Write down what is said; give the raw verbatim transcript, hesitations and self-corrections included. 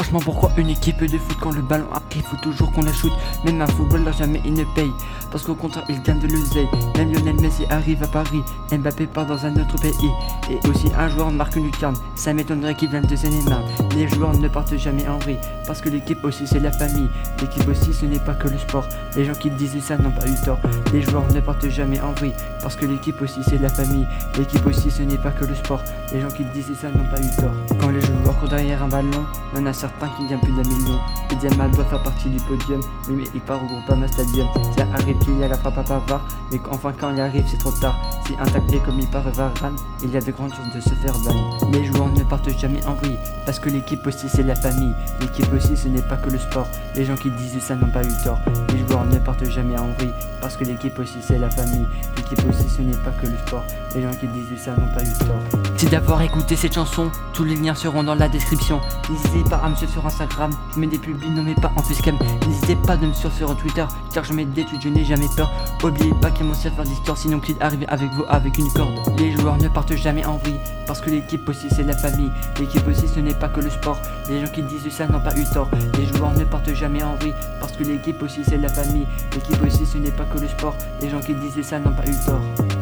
Franchement, pourquoi une équipe de foot quand le ballon arrive, faut toujours qu'on la shoot. Même un footballeur jamais il ne paye, parce qu'au contraire il gagne de l'oseille. Même Lionel Messi arrive à Paris, Mbappé part dans un autre pays. Et aussi un joueur marque une lucarne, ça m'étonnerait qu'il vienne de Seine-et-Marne. Les joueurs ne partent jamais en vrille, parce que l'équipe aussi c'est la famille. L'équipe aussi ce n'est pas que le sport, les gens qui disaient ça n'ont pas eu tort. Les joueurs ne partent jamais en vrille, parce que l'équipe aussi c'est la famille. L'équipe aussi ce n'est pas que le sport, les gens qui disaient ça n'ont pas eu tort. Quand les joueurs courent derrière un ballon, il y en a certains qui gagnent plus d'un million. Benzema doit faire partie du podium, oui mais il part au Groupama Stadium. Ça arrive qu'il y a la frappe à Pavard, mais enfin quand il arrive c'est trop tard. Si un tacle est commis par Varane, il y a de grandes chances de se faire bannir. Les joueurs ne partent jamais en vrille, parce que l'équipe aussi c'est la famille. L'équipe aussi ce n'est pas que le sport, les gens qui disaient ça n'ont pas eu tort. Les joueurs ne partent jamais en vrille, parce que l'équipe aussi c'est la famille. L'équipe aussi ce n'est pas que le sport, les gens qui disaient ça n'ont pas eu tort. Merci d'avoir écouté cette chanson, tous les liens seront dans la description. N'hésitez pas à me suivre sur Instagram, je mets des publis, non mais pas en facecam. N'hésitez pas de me suivre sur Twitter, car je mets des tweets, je n'ai jamais peur. Oubliez pas qu'il y a mon serveur Discord, sinon qu'il arrive avec vous avec une corde. Les joueurs ne partent jamais en vrille, parce que l'équipe aussi c'est la famille. L'équipe aussi ce n'est pas que le sport, les gens qui disent ça n'ont pas eu tort. Les joueurs ne partent jamais en vrille, parce que l'équipe aussi c'est la famille. L'équipe aussi ce n'est pas que le sport, les gens qui disent ça n'ont pas eu tort.